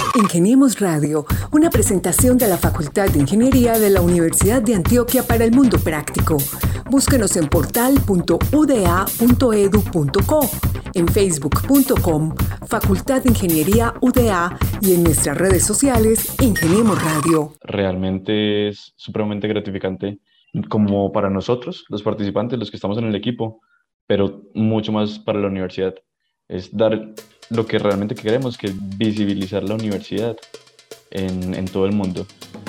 Ingeniemos Radio, una presentación de la Facultad de Ingeniería de la Universidad de Antioquia para el Mundo Práctico. Búsquenos en portal.uda.edu.co, en facebook.com, Facultad de Ingeniería UDA y en nuestras redes sociales, Ingeniemos Radio. Realmente es supremamente gratificante como para nosotros, los participantes, los que estamos en el equipo, pero mucho más para la universidad. Es dar lo que realmente queremos, que es visibilizar la universidad en todo el mundo.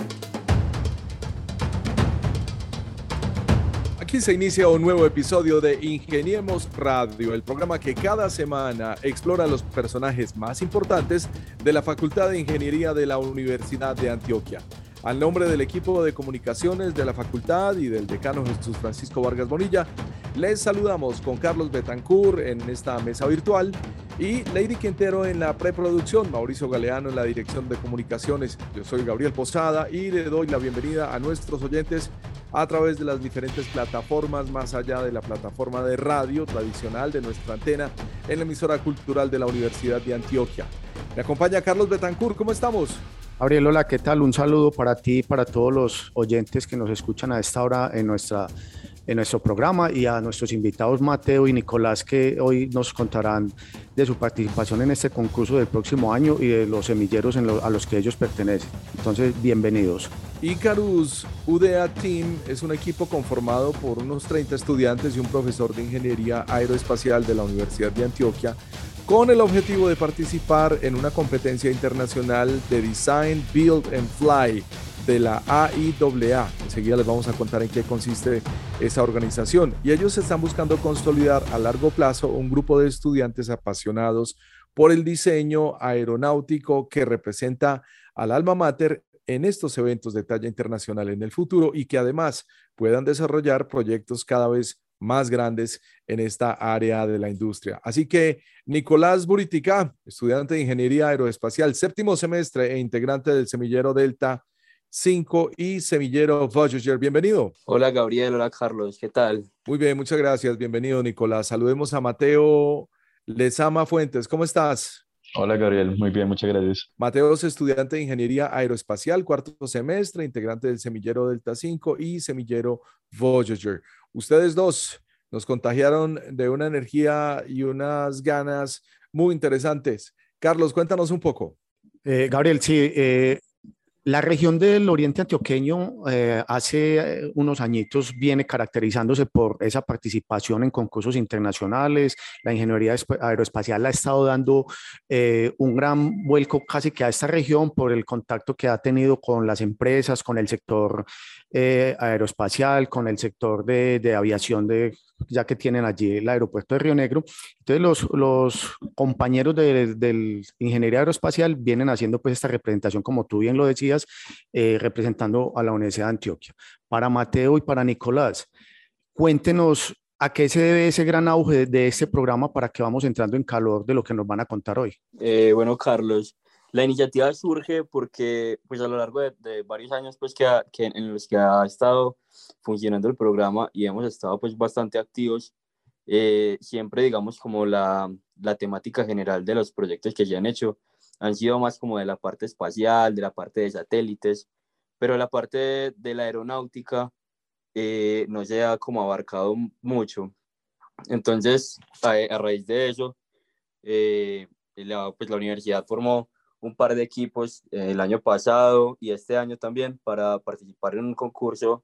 Aquí se inicia un nuevo episodio de Ingeniemos Radio, el programa que cada semana explora los personajes más importantes de la Facultad de Ingeniería de la Universidad de Antioquia. Al nombre del equipo de comunicaciones de la facultad y del decano Jesús Francisco Vargas Bonilla, les saludamos con Carlos Betancourt en esta mesa virtual y Lady Quintero en la preproducción, Mauricio Galeano en la dirección de comunicaciones. Yo soy Gabriel Posada y le doy la bienvenida a nuestros oyentes a través de las diferentes plataformas, más allá de la plataforma de radio tradicional de nuestra antena en la emisora cultural de la Universidad de Antioquia. Me acompaña Carlos Betancourt, ¿cómo estamos? Gabriel, hola, ¿qué tal? Un saludo para ti y para todos los oyentes que nos escuchan a esta hora en nuestro programa, y a nuestros invitados Mateo y Nicolás, que hoy nos contarán de su participación en este concurso del próximo año y de los semilleros a los que ellos pertenecen. Entonces, bienvenidos. Icarus UDA Team es un equipo conformado por unos 30 estudiantes y un profesor de Ingeniería Aeroespacial de la Universidad de Antioquia, con el objetivo de participar en una competencia internacional de Design, Build and Fly de la AIAA. Enseguida les vamos a contar en qué consiste esa organización. Y ellos están buscando consolidar a largo plazo un grupo de estudiantes apasionados por el diseño aeronáutico que representa al alma mater en estos eventos de talla internacional en el futuro, y que además puedan desarrollar proyectos cada vez más grandes en esta área de la industria. Así que Nicolás Buritica, estudiante de Ingeniería Aeroespacial, séptimo semestre e integrante del semillero Delta 5 y semillero Voyager, bienvenido. Hola Gabriel, hola Carlos, ¿qué tal? Muy bien, muchas gracias, bienvenido Nicolás. Saludemos a Mateo Lezama Fuentes, ¿cómo estás? Hola Gabriel, muy bien, muchas gracias. Mateo es estudiante de Ingeniería Aeroespacial, cuarto semestre, integrante del semillero Delta 5 y semillero Voyager. Ustedes dos nos contagiaron de una energía y unas ganas muy interesantes. Carlos, cuéntanos un poco. Gabriel, sí, la región del oriente antioqueño hace unos añitos viene caracterizándose por esa participación en concursos internacionales. La ingeniería aeroespacial ha estado dando un gran vuelco casi que a esta región por el contacto que ha tenido con las empresas, con el sector aeroespacial, con el sector de aviación, ya que tienen allí el aeropuerto de Río Negro. Entonces los compañeros del Ingeniería Aeroespacial vienen haciendo pues esta representación, como tú bien lo decías, representando a la Universidad de Antioquia. Para Mateo y para Nicolás, cuéntenos a qué se debe ese gran auge de este programa, para que vamos entrando en calor de lo que nos van a contar hoy. Bueno, Carlos, la iniciativa surge porque pues a lo largo de varios años pues en los que ha estado funcionando el programa y hemos estado pues bastante activos, siempre digamos como la temática general de los proyectos que se han hecho han sido más como de la parte espacial, de la parte de satélites, pero la parte de la aeronáutica no se ha como abarcado mucho. Entonces, a raíz de eso, pues la universidad formó un par de equipos el año pasado y este año también para participar en un concurso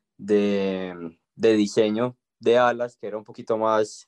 de diseño de alas que era un poquito más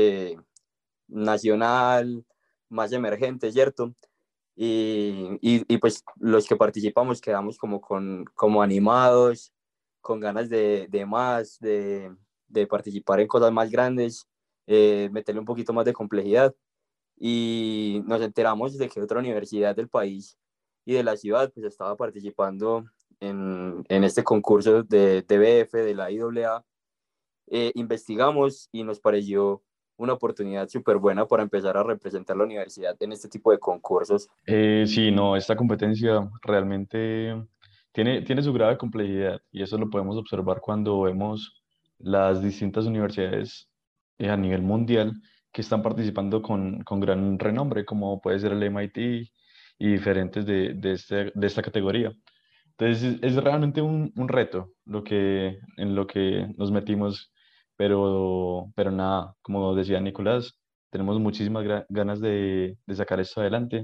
nacional, más emergente, ¿cierto? Y pues los que participamos quedamos como animados, con ganas de más, de participar en cosas más grandes, meterle un poquito más de complejidad. Y nos enteramos de que otra universidad del país y de la ciudad pues estaba participando en este concurso de TBF, de la IAA. Investigamos y nos pareció una oportunidad súper buena para empezar a representar la universidad en este tipo de concursos. Sí, no, esta competencia realmente tiene su grave complejidad, y eso lo podemos observar cuando vemos las distintas universidades a nivel mundial que están participando con gran renombre, como puede ser el MIT y diferentes de esta categoría. Entonces es realmente un reto en lo que nos metimos, pero nada, como decía Nicolás, tenemos muchísimas ganas de sacar esto adelante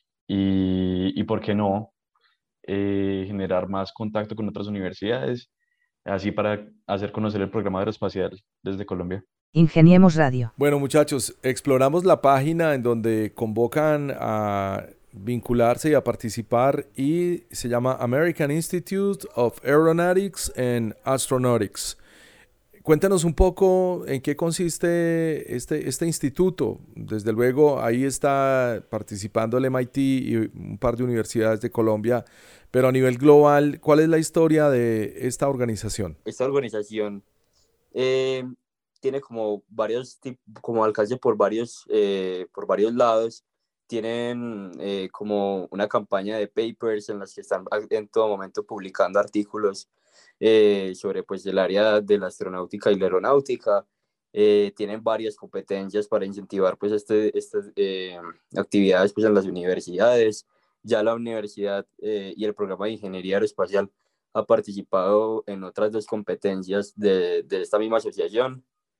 y ¿por qué no? Generar más contacto con otras universidades, así para hacer conocer el programa aeroespacial desde Colombia. Ingeniemos Radio. Bueno, muchachos, exploramos la página en donde convocan a vincularse y a participar y se llama American Institute of Aeronautics and Astronautics. Cuéntanos un poco en qué consiste este instituto. Desde luego, ahí está participando el MIT y un par de universidades de Colombia, pero a nivel global, ¿cuál es la historia de esta organización? Esta organización eh, tiene como como alcance por varios lados. Tienen como una campaña de papers en las que están en todo momento publicando artículos sobre pues el área de la astronáutica y la aeronáutica. Tienen varias competencias para incentivar pues estas actividades pues en las universidades. Ya la universidad y el programa de ingeniería aeroespacial ha participado en otras dos competencias de esta misma asociación,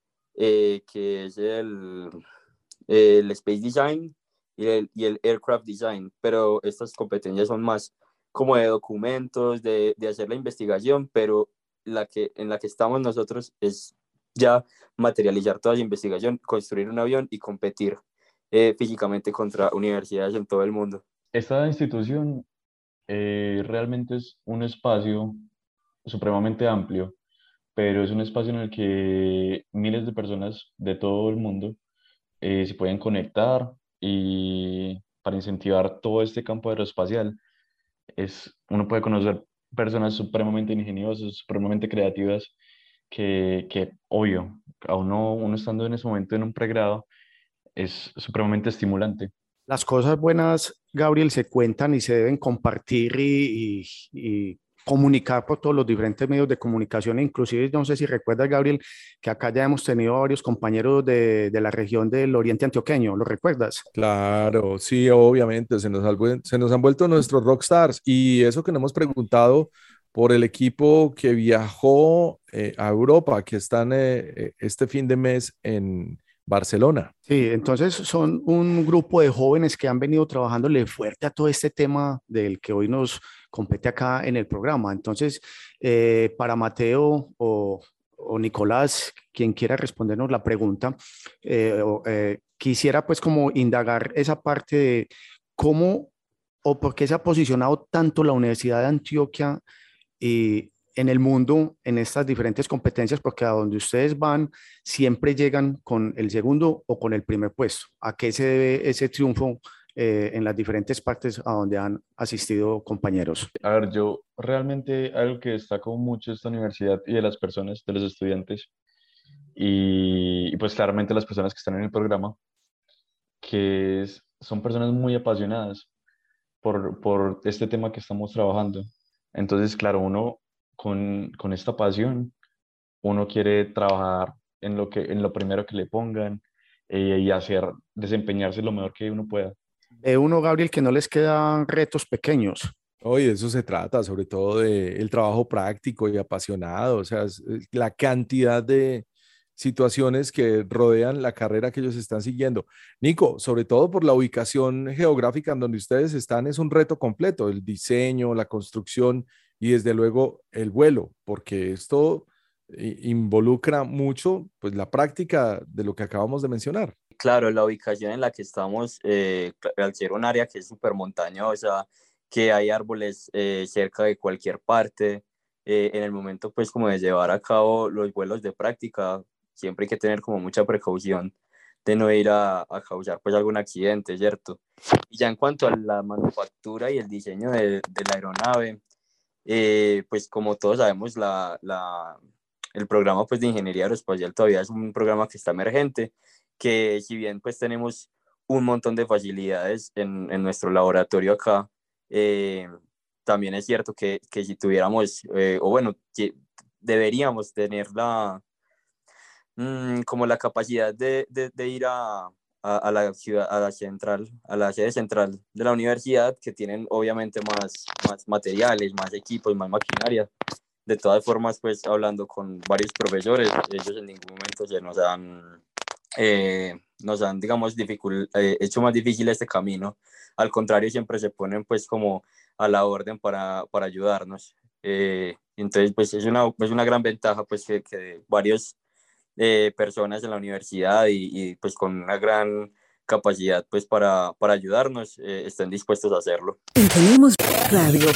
que es el Space Design y el Aircraft Design, pero estas competencias son más como de documentos, de hacer la investigación, pero en la que estamos nosotros es ya materializar toda la investigación, construir un avión y competir físicamente contra universidades en todo el mundo. Esta institución realmente es un espacio supremamente amplio, pero es un espacio en el que miles de personas de todo el mundo se pueden conectar y para incentivar todo este campo aeroespacial uno puede conocer personas supremamente ingeniosas, supremamente creativas, que obvio, a uno estando en ese momento en un pregrado, es supremamente estimulante. Las cosas buenas, Gabriel, se cuentan y se deben compartir y comunicar por todos los diferentes medios de comunicación. Inclusive, no sé si recuerdas, Gabriel, que acá ya hemos tenido varios compañeros de la región del Oriente Antioqueño. ¿Lo recuerdas? Claro, sí, obviamente, se nos han vuelto nuestros rockstars. Y eso que nos hemos preguntado por el equipo que viajó a Europa, que están este fin de mes en Barcelona. Sí, entonces son un grupo de jóvenes que han venido trabajándole fuerte a todo este tema del que hoy nos compete acá en el programa. Entonces, para Mateo o Nicolás, quien quiera respondernos la pregunta, quisiera pues como indagar esa parte de cómo o por qué se ha posicionado tanto la Universidad de Antioquia en el mundo, en estas diferentes competencias, porque a donde ustedes van, siempre llegan con el segundo o con el primer puesto. ¿A qué se debe ese triunfo en las diferentes partes a donde han asistido compañeros? A ver, yo realmente algo que destaco mucho de esta universidad y de las personas, de los estudiantes, y pues claramente las personas que están en el programa, son personas muy apasionadas por este tema que estamos trabajando. Entonces, claro, uno con esta pasión, uno quiere trabajar en lo primero que le pongan y desempeñarse lo mejor que uno pueda. Ve uno, Gabriel, que no les quedan retos pequeños. Oye, de eso se trata, sobre todo del trabajo práctico y apasionado, o sea, la cantidad de situaciones que rodean la carrera que ellos están siguiendo. Nico, sobre todo por la ubicación geográfica en donde ustedes están, es un reto completo, el diseño, la construcción y desde luego el vuelo, porque esto involucra mucho pues la práctica de lo que acabamos de mencionar. Claro, la ubicación en la que estamos, al ser un área que es súper montañosa, que hay árboles cerca de cualquier parte, en el momento pues como de llevar a cabo los vuelos de práctica, siempre hay que tener como mucha precaución de no ir a causar pues algún accidente, ¿cierto? Y ya en cuanto a la manufactura y el diseño de la aeronave, pues como todos sabemos, el programa pues de ingeniería aeroespacial todavía es un programa que está emergente, que si bien pues tenemos un montón de facilidades en nuestro laboratorio acá, también es cierto que si tuviéramos, o bueno, que deberíamos tener como la capacidad de ir a a la ciudad, a la sede central de la universidad, que tienen obviamente más materiales, más equipos, más maquinaria. De todas formas, pues hablando con varios profesores, ellos en ningún momento nos han digamos, hecho más difícil este camino. Al contrario, siempre se ponen pues como a la orden para ayudarnos. Entonces, pues es una gran ventaja pues que varios personas en la universidad y pues con una gran capacidad pues para ayudarnos estén dispuestos a hacerlo. Ingeniemos Radio.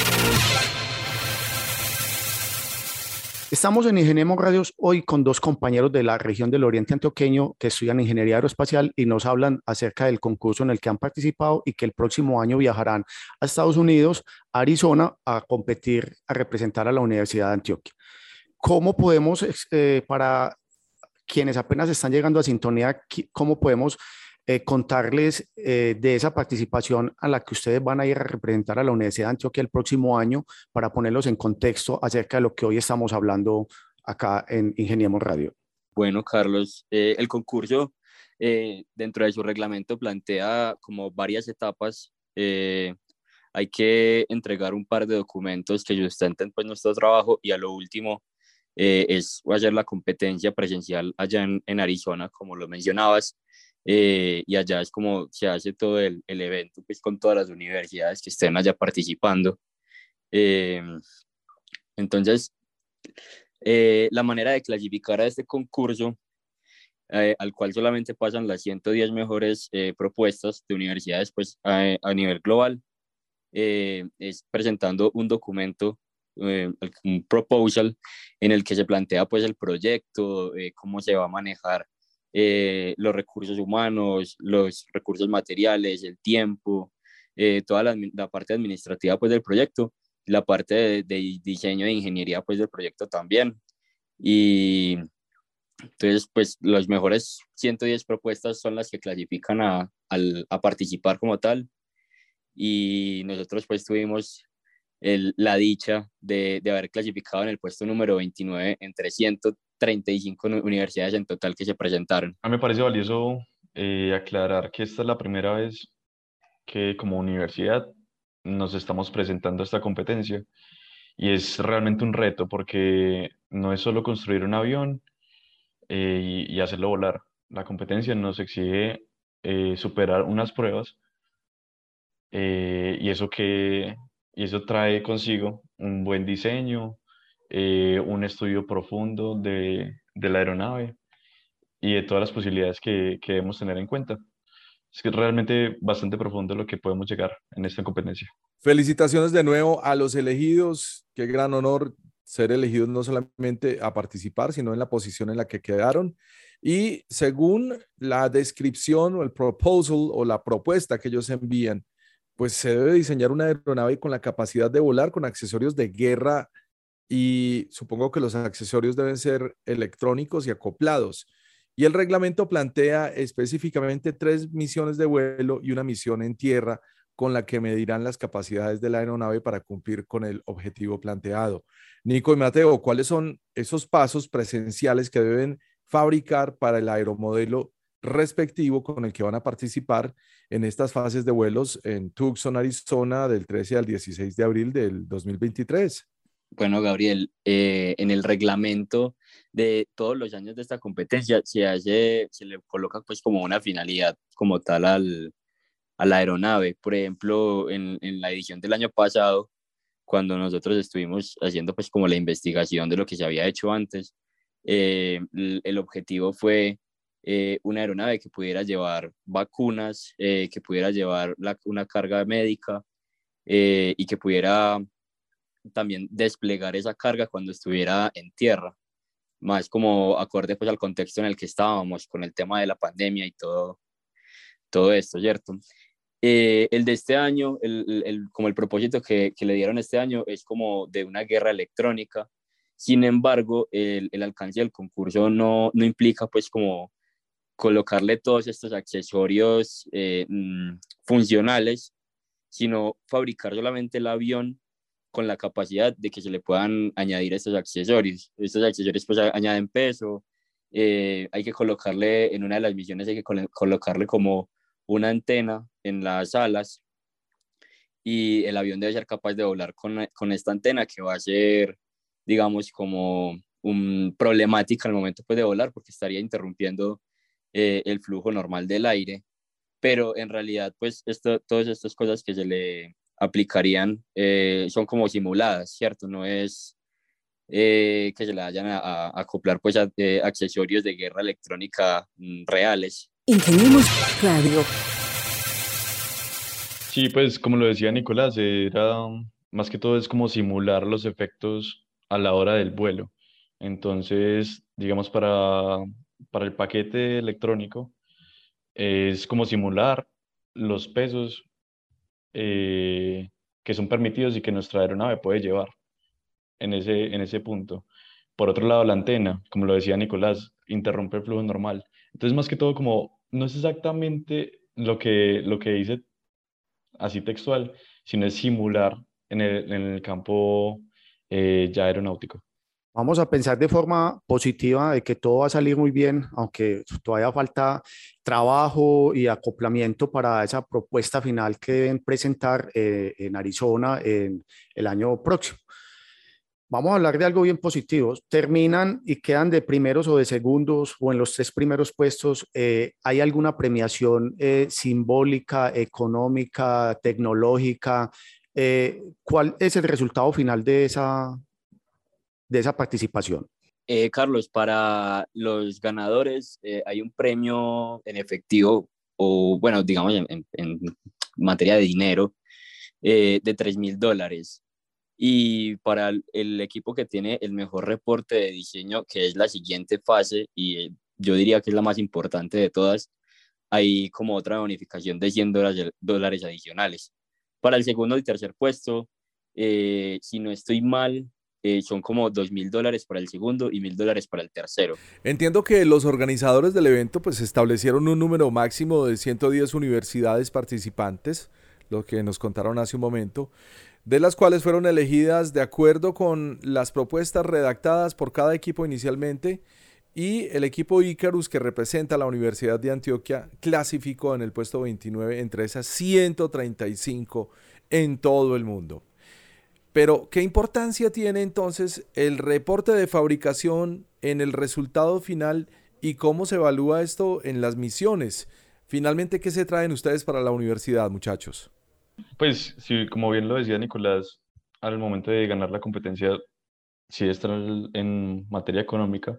Estamos en Ingeniemos Radios hoy con dos compañeros de la región del Oriente Antioqueño que estudian Ingeniería Aeroespacial y nos hablan acerca del concurso en el que han participado y que el próximo año viajarán a Estados Unidos, a Arizona, a competir, a representar a la Universidad de Antioquia. ¿Cómo podemos, para quienes apenas están llegando a sintonía, cómo podemos contarles de esa participación a la que ustedes van a ir a representar a la Universidad de Antioquia el próximo año para ponerlos en contexto acerca de lo que hoy estamos hablando acá en Ingeniemos Radio? Bueno, Carlos, el concurso dentro de su reglamento plantea como varias etapas. Hay que entregar un par de documentos que sustenten pues nuestro trabajo y a lo último es hacer la competencia presencial allá en Arizona, como lo mencionabas. Y allá es como se hace todo el evento pues con todas las universidades que estén allá participando. Entonces, la manera de clasificar a este concurso, al cual solamente pasan las 110 mejores propuestas de universidades pues, a nivel global, es presentando un documento, un proposal, en el que se plantea pues, el proyecto, cómo se va a manejar los recursos humanos, los recursos materiales, el tiempo, toda la parte administrativa pues, del proyecto, la parte de diseño de ingeniería pues, del proyecto también. Y entonces, pues las mejores 110 propuestas son las que clasifican a participar como tal. Y nosotros pues tuvimos la dicha de haber clasificado en el puesto número 29 entre 135 universidades en total que se presentaron. A mí me parece valioso aclarar que esta es la primera vez que como universidad nos estamos presentando a esta competencia y es realmente un reto porque no es solo construir un avión y hacerlo volar. La competencia nos exige superar unas pruebas y y eso trae consigo un buen diseño, un estudio profundo de la aeronave y de todas las posibilidades que debemos tener en cuenta. Es que es realmente bastante profundo lo que podemos llegar en esta competencia. Felicitaciones de nuevo a los elegidos. Qué gran honor ser elegidos no solamente a participar, sino en la posición en la que quedaron. Y según la descripción o el proposal o la propuesta que ellos envían, pues se debe diseñar una aeronave con la capacidad de volar con accesorios de guerra y supongo que los accesorios deben ser electrónicos y acoplados. Y el reglamento plantea específicamente 3 misiones de vuelo y una misión en tierra con la que medirán las capacidades de la aeronave para cumplir con el objetivo planteado. Nico y Mateo, ¿cuáles son esos pasos presenciales que deben fabricar para el aeromodelo respectivo con el que van a participar en estas fases de vuelos en Tucson, Arizona, del 13 al 16 de abril del 2023? Bueno, Gabriel, en el reglamento de todos los años de esta competencia se le coloca pues como una finalidad como tal a la aeronave. Por ejemplo, en la edición del año pasado, cuando nosotros estuvimos haciendo pues como la investigación de lo que se había hecho antes, el objetivo fue una aeronave que pudiera llevar vacunas, que pudiera llevar una carga médica y que pudiera también desplegar esa carga cuando estuviera en tierra, más como acorde pues al contexto en el que estábamos con el tema de la pandemia y todo esto, ¿cierto? El de este año, como el propósito que le dieron este año es como de una guerra electrónica. Sin embargo, el alcance del concurso no implica pues como colocarle todos estos accesorios funcionales, sino fabricar solamente el avión con la capacidad de que se le puedan añadir estos accesorios. Estos accesorios pues añaden peso, hay que colocarle, en una de las misiones hay que colocarle como una antena en las alas y el avión debe ser capaz de volar con esta antena que va a ser, digamos, como un problemática al momento pues, de volar porque estaría interrumpiendo el flujo normal del aire, pero en realidad pues todas estas cosas que se le aplicarían son como simuladas, ¿cierto? No es que se le vayan a acoplar pues accesorios de guerra electrónica reales. Ingeniemos Radio. Sí, pues como lo decía Nicolás, era más que todo es como simular los efectos a la hora del vuelo. Entonces, digamos, para el paquete electrónico, es como simular los pesos eh, que son permitidos y que nuestra aeronave puede llevar en ese punto. Por otro lado, la antena, como lo decía Nicolás, interrumpe el flujo normal. Entonces, más que todo, como no es exactamente lo que dice así textual, sino es simular en el campo ya aeronáutico. Vamos a pensar de forma positiva de que todo va a salir muy bien, aunque todavía falta trabajo y acoplamiento para esa propuesta final que deben presentar en Arizona en el año próximo. Vamos a hablar de algo bien positivo. Terminan y quedan de primeros o de segundos o en los tres primeros puestos. ¿Hay alguna premiación simbólica, económica, tecnológica? ¿Cuál es el resultado final de esa participación? Carlos, para los ganadores hay un premio en efectivo o, bueno, digamos en materia de dinero de $3,000. Y para el equipo que tiene el mejor reporte de diseño, que es la siguiente fase, y yo diría que es la más importante de todas, hay como otra bonificación de $100 adicionales. Para el segundo y tercer puesto, si no estoy mal, son como $2,000 para el segundo y $1,000 para el tercero. Entiendo que los organizadores del evento pues establecieron un número máximo de 110 universidades participantes, lo que nos contaron hace un momento, de las cuales fueron elegidas de acuerdo con las propuestas redactadas por cada equipo inicialmente, y el equipo Icarus, que representa a la Universidad de Antioquia, clasificó en el puesto 29 entre esas 135 en todo el mundo. Pero, ¿qué importancia tiene entonces el reporte de fabricación en el resultado final y cómo se evalúa esto en las misiones? Finalmente, ¿qué se traen ustedes para la universidad, muchachos? Pues sí, como bien lo decía Nicolás, al momento de ganar la competencia, sí está en materia económica.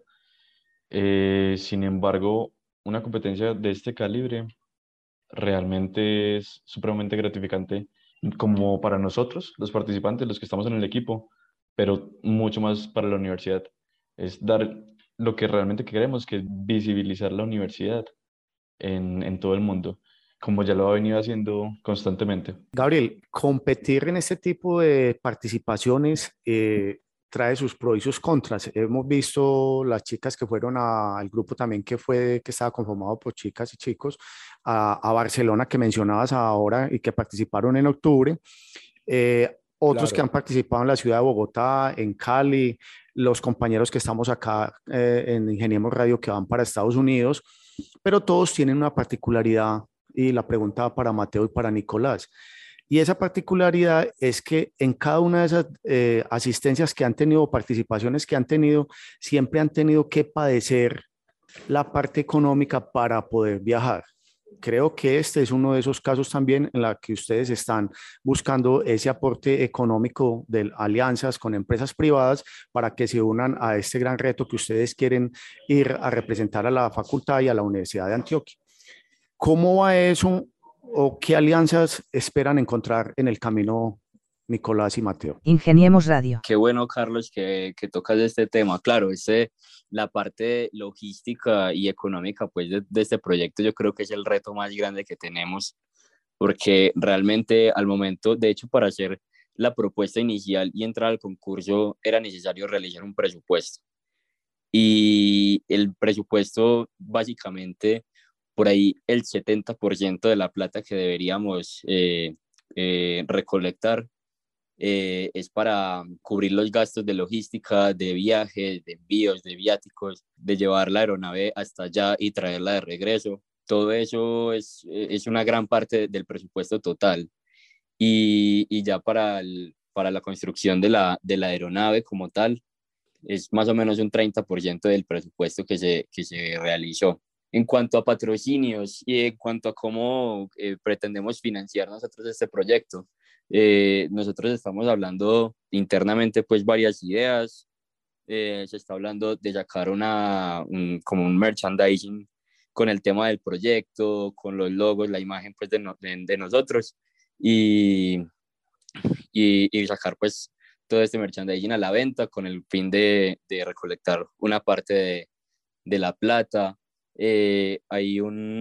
Sin embargo, una competencia de este calibre realmente es supremamente gratificante como para nosotros, los participantes, los que estamos en el equipo, pero mucho más para la universidad. Es dar lo que realmente queremos, que es visibilizar la universidad en todo el mundo, como ya lo ha venido haciendo constantemente. Gabriel, competir en este tipo de participaciones trae sus pros y sus contras. Hemos visto las chicas que fueron al grupo también que estaba conformado por chicas y chicos, a Barcelona que mencionabas ahora y que participaron en octubre. Otros que Claro. han participado en la ciudad de Bogotá, en Cali, los compañeros que estamos acá en Ingeniemos Radio que van para Estados Unidos, pero todos tienen una particularidad y la pregunta va para Mateo y para Nicolás. Y esa particularidad es que en cada una de esas asistencias que han tenido, participaciones que han tenido, siempre han tenido que padecer la parte económica para poder viajar. Creo que este es uno de esos casos también en la que ustedes están buscando ese aporte económico de alianzas con empresas privadas para que se unan a este gran reto que ustedes quieren ir a representar a la facultad y a la Universidad de Antioquia. ¿Cómo va eso o qué alianzas esperan encontrar en el camino, Nicolás y Mateo? Ingeniemos Radio. Qué bueno, Carlos, que tocas este tema. Claro, la parte logística y económica pues, de este proyecto yo creo que es el reto más grande que tenemos, porque realmente al momento, de hecho, para hacer la propuesta inicial y entrar al concurso era necesario realizar un presupuesto. Y el presupuesto, básicamente, por ahí el 70% de la plata que deberíamos recolectar es para cubrir los gastos de logística, de viajes, de envíos, de viáticos, de llevar la aeronave hasta allá y traerla de regreso. Todo eso es una gran parte del presupuesto total. Y ya para la construcción de la aeronave como tal, es más o menos un 30% del presupuesto que se realizó. En cuanto a patrocinios y en cuanto a cómo pretendemos financiar nosotros este proyecto, nosotros estamos hablando internamente pues varias ideas. Se está hablando de sacar como un merchandising con el tema del proyecto, con los logos, la imagen pues de nosotros y, y sacar pues todo este merchandising a la venta con el fin de recolectar una parte de la plata. Hay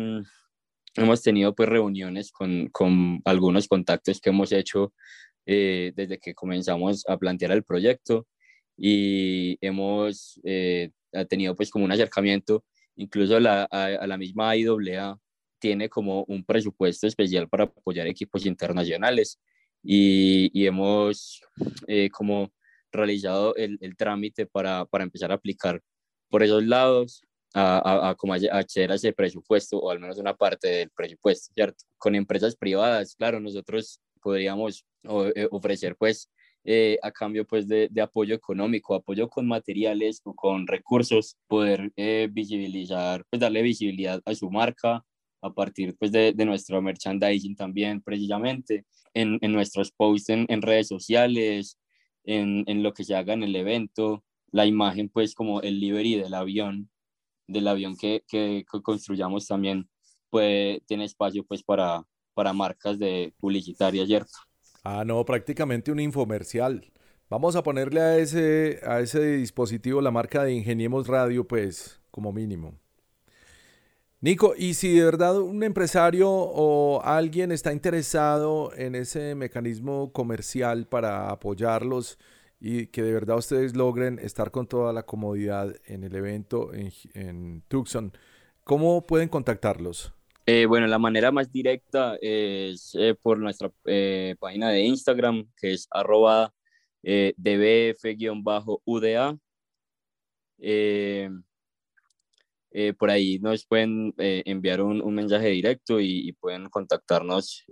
hemos tenido pues reuniones con algunos contactos que hemos hecho desde que comenzamos a plantear el proyecto y hemos tenido pues como un acercamiento, incluso a la misma IAA tiene como un presupuesto especial para apoyar equipos internacionales y hemos como realizado el trámite para empezar a aplicar por esos lados a como acceder a ese presupuesto o al menos una parte del presupuesto, ¿cierto? Con empresas privadas, claro, nosotros podríamos ofrecer pues a cambio pues de apoyo económico, apoyo con materiales o con recursos, poder visibilizar, pues darle visibilidad a su marca a partir pues de nuestro merchandising también precisamente, en nuestros posts en redes sociales, en lo que se haga en el evento, la imagen pues como el livery del avión que construyamos también pues tiene espacio pues para marcas de publicitarias, ¿cierto? Ah, no, prácticamente un infomercial. Vamos a ponerle a ese dispositivo la marca de Ingeniemos Radio, pues, como mínimo. Nico, y si de verdad un empresario o alguien está interesado en ese mecanismo comercial para apoyarlos y que de verdad ustedes logren estar con toda la comodidad en el evento en Tucson, ¿cómo pueden contactarlos? Bueno, la manera más directa es por nuestra página de Instagram, que es arroba dbf-uda. Eh, por ahí nos pueden enviar un mensaje directo y pueden contactarnos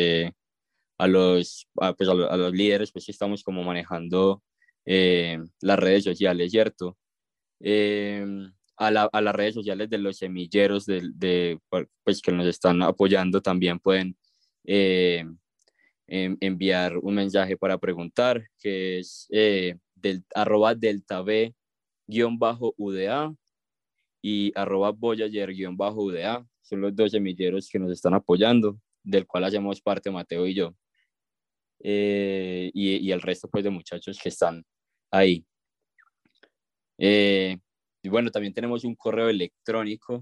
a los líderes, pues que estamos como manejando las redes sociales, ¿cierto? Eh, a las redes sociales de los semilleros pues, que nos están apoyando también pueden enviar un mensaje para preguntar, que es arroba delta B-uda y arroba Voyager-uda. Son los dos semilleros que nos están apoyando, del cual hacemos parte Mateo y yo. Y el resto pues de muchachos que están ahí. Y bueno, también tenemos un correo electrónico,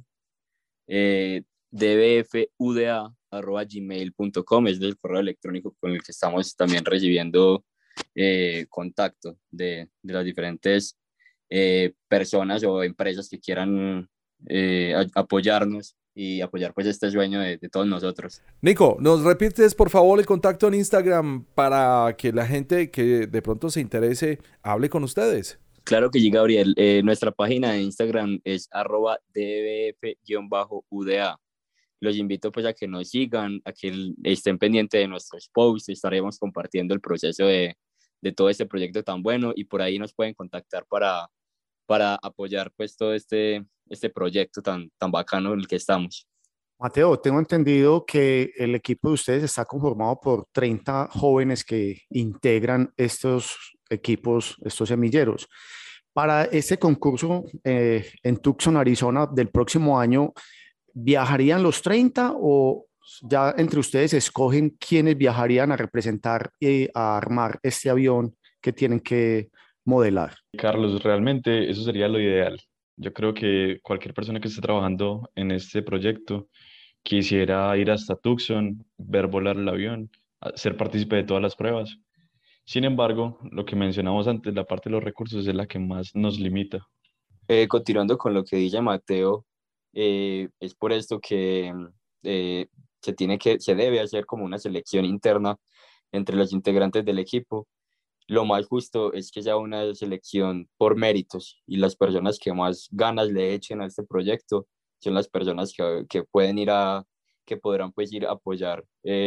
dbfuda@gmail.com, es el correo electrónico con el que estamos también recibiendo contacto de las diferentes personas o empresas que quieran apoyarnos y apoyar pues este sueño de todos nosotros. Nico, ¿nos repites por favor el contacto en Instagram para que la gente que de pronto se interese hable con ustedes? Claro que sí, Gabriel. Nuestra página de Instagram es arroba dbf-uda. Los invito pues a que nos sigan, a que estén pendientes de nuestros posts. Estaremos compartiendo el proceso de todo este proyecto tan bueno y por ahí nos pueden contactar para apoyar pues todo este proyecto tan bacano en el que estamos. Mateo, tengo entendido que el equipo de ustedes está conformado por 30 jóvenes que integran estos equipos, estos semilleros. Para este concurso en Tucson, Arizona, del próximo año, ¿viajarían los 30 o ya entre ustedes escogen quiénes viajarían a representar y a armar este avión que tienen que modelar? Carlos, realmente eso sería lo ideal. Yo creo que cualquier persona que esté trabajando en este proyecto quisiera ir hasta Tucson, ver volar el avión, ser partícipe de todas las pruebas. Sin embargo, lo que mencionamos antes, la parte de los recursos es la que más nos limita. Continuando con lo que dice Mateo, es por esto que se debe hacer como una selección interna entre los integrantes del equipo lo más justo es que sea una selección por méritos y las personas que más ganas le echen a este proyecto son las personas que pueden que podrán pues ir a apoyar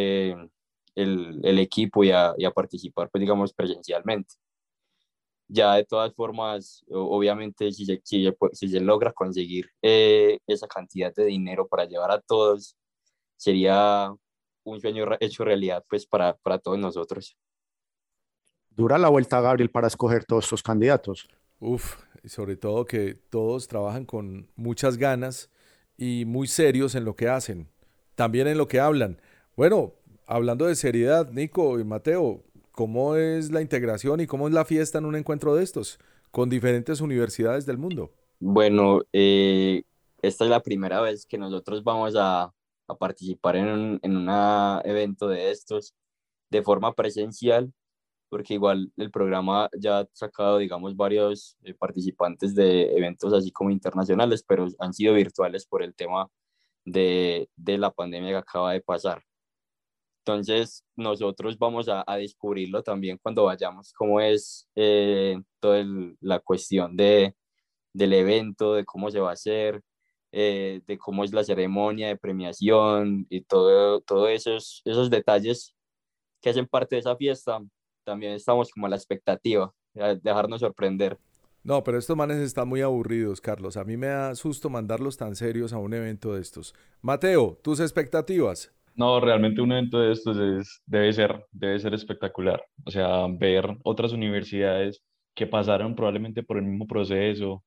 el equipo y a participar pues digamos presencialmente. Ya de todas formas, obviamente si se logra conseguir esa cantidad de dinero para llevar a todos, sería un sueño hecho realidad pues para todos nosotros. Dura la vuelta, Gabriel, para escoger todos estos candidatos. Y sobre todo que todos trabajan con muchas ganas y muy serios en lo que hacen, también en lo que hablan. Bueno, hablando de seriedad, Nico y Mateo, ¿cómo es la integración y cómo es la fiesta en un encuentro de estos con diferentes universidades del mundo? Bueno, esta es la primera vez que nosotros vamos a participar en un evento de estos de forma presencial, porque igual el programa ya ha sacado, digamos, varios participantes de eventos así como internacionales, pero han sido virtuales por el tema de la pandemia que acaba de pasar. Entonces, nosotros vamos a descubrirlo también cuando vayamos, cómo es toda la cuestión del evento, de cómo se va a hacer, de cómo es la ceremonia de premiación y todo esos detalles que hacen parte de esa fiesta. También estamos como a la expectativa de dejarnos sorprender. No, pero estos manes están muy aburridos, Carlos. A mí me da susto mandarlos tan serios a un evento de estos. Mateo, ¿tus expectativas? No, realmente un evento de estos debe ser espectacular. O sea, ver otras universidades que pasaron probablemente por el mismo proceso,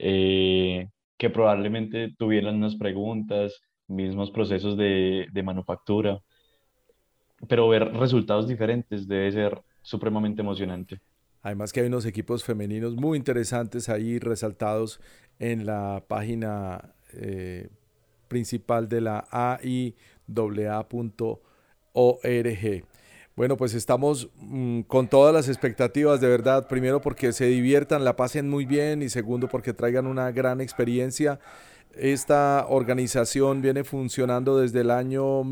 que probablemente tuvieran unas preguntas, mismos procesos de manufactura, pero ver resultados diferentes debe ser supremamente emocionante. Además que hay unos equipos femeninos muy interesantes ahí resaltados en la página principal de la AIAA.org. Bueno, pues estamos con todas las expectativas, de verdad. Primero porque se diviertan, la pasen muy bien, y segundo porque traigan una gran experiencia. Esta organización viene funcionando desde el año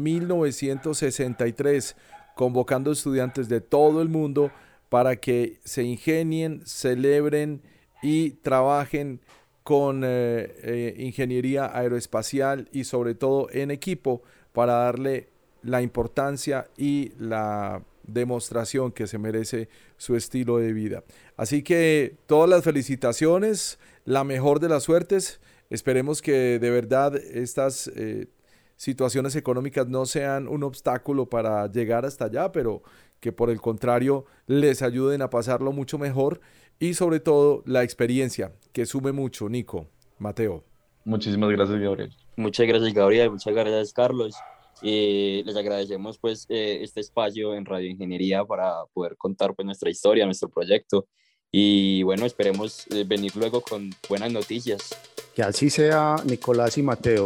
1963, convocando estudiantes de todo el mundo para que se ingenien, celebren y trabajen con ingeniería aeroespacial y sobre todo en equipo para darle la importancia y la demostración que se merece su estilo de vida. Así que todas las felicitaciones, la mejor de las suertes. Esperemos que de verdad estas situaciones económicas no sean un obstáculo para llegar hasta allá, pero que por el contrario les ayuden a pasarlo mucho mejor, y sobre todo la experiencia, que sume mucho. Nico, Mateo. Muchísimas gracias, Gabriel. Muchas gracias, Gabriel. Muchas gracias, Carlos. Y les agradecemos pues este espacio en Radio Ingeniería para poder contar pues nuestra historia, nuestro proyecto, y bueno, esperemos venir luego con buenas noticias. Que así sea, Nicolás y Mateo.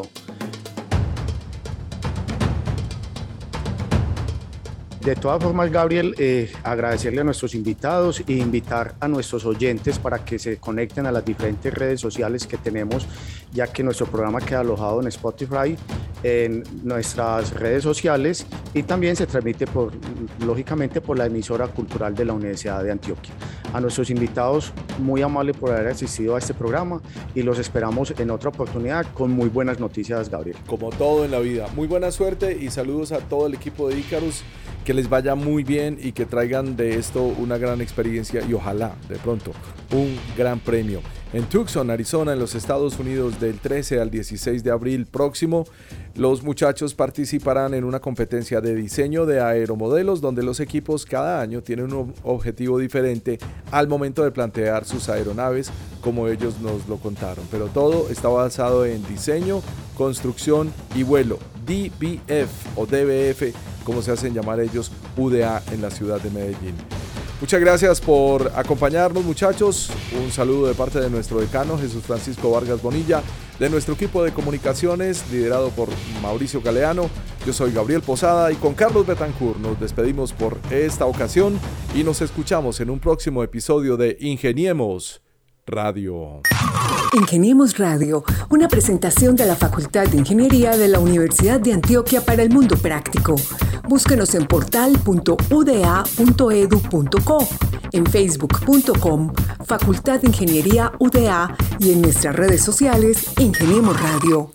De todas formas, Gabriel, agradecerle a nuestros invitados e invitar a nuestros oyentes para que se conecten a las diferentes redes sociales que tenemos, ya que nuestro programa queda alojado en Spotify, en nuestras redes sociales, y también se transmite lógicamente por la emisora cultural de la Universidad de Antioquia. A nuestros invitados, muy amables por haber asistido a este programa, y los esperamos en otra oportunidad con muy buenas noticias, Gabriel. Como todo en la vida, muy buena suerte y saludos a todo el equipo de Icarus. Que les vaya muy bien y que traigan de esto una gran experiencia y ojalá de pronto un gran premio. En Tucson, Arizona, en los Estados Unidos, del 13 al 16 de abril próximo, los muchachos participarán en una competencia de diseño de aeromodelos donde los equipos cada año tienen un objetivo diferente al momento de plantear sus aeronaves, como ellos nos lo contaron. Pero todo está basado en diseño, construcción y vuelo. DBF o DBF, como se hacen llamar ellos, UDA en la ciudad de Medellín. Muchas gracias por acompañarnos, muchachos. Un saludo de parte de nuestro decano, Jesús Francisco Vargas Bonilla, de nuestro equipo de comunicaciones, liderado por Mauricio Galeano. Yo soy Gabriel Posada y con Carlos Betancourt nos despedimos por esta ocasión y nos escuchamos en un próximo episodio de Ingeniemos Radio. Ingeniemos Radio, una presentación de la Facultad de Ingeniería de la Universidad de Antioquia para el mundo práctico. Búsquenos en portal.uda.edu.co, en facebook.com Facultad de Ingeniería UDA y en nuestras redes sociales Ingeniemos Radio.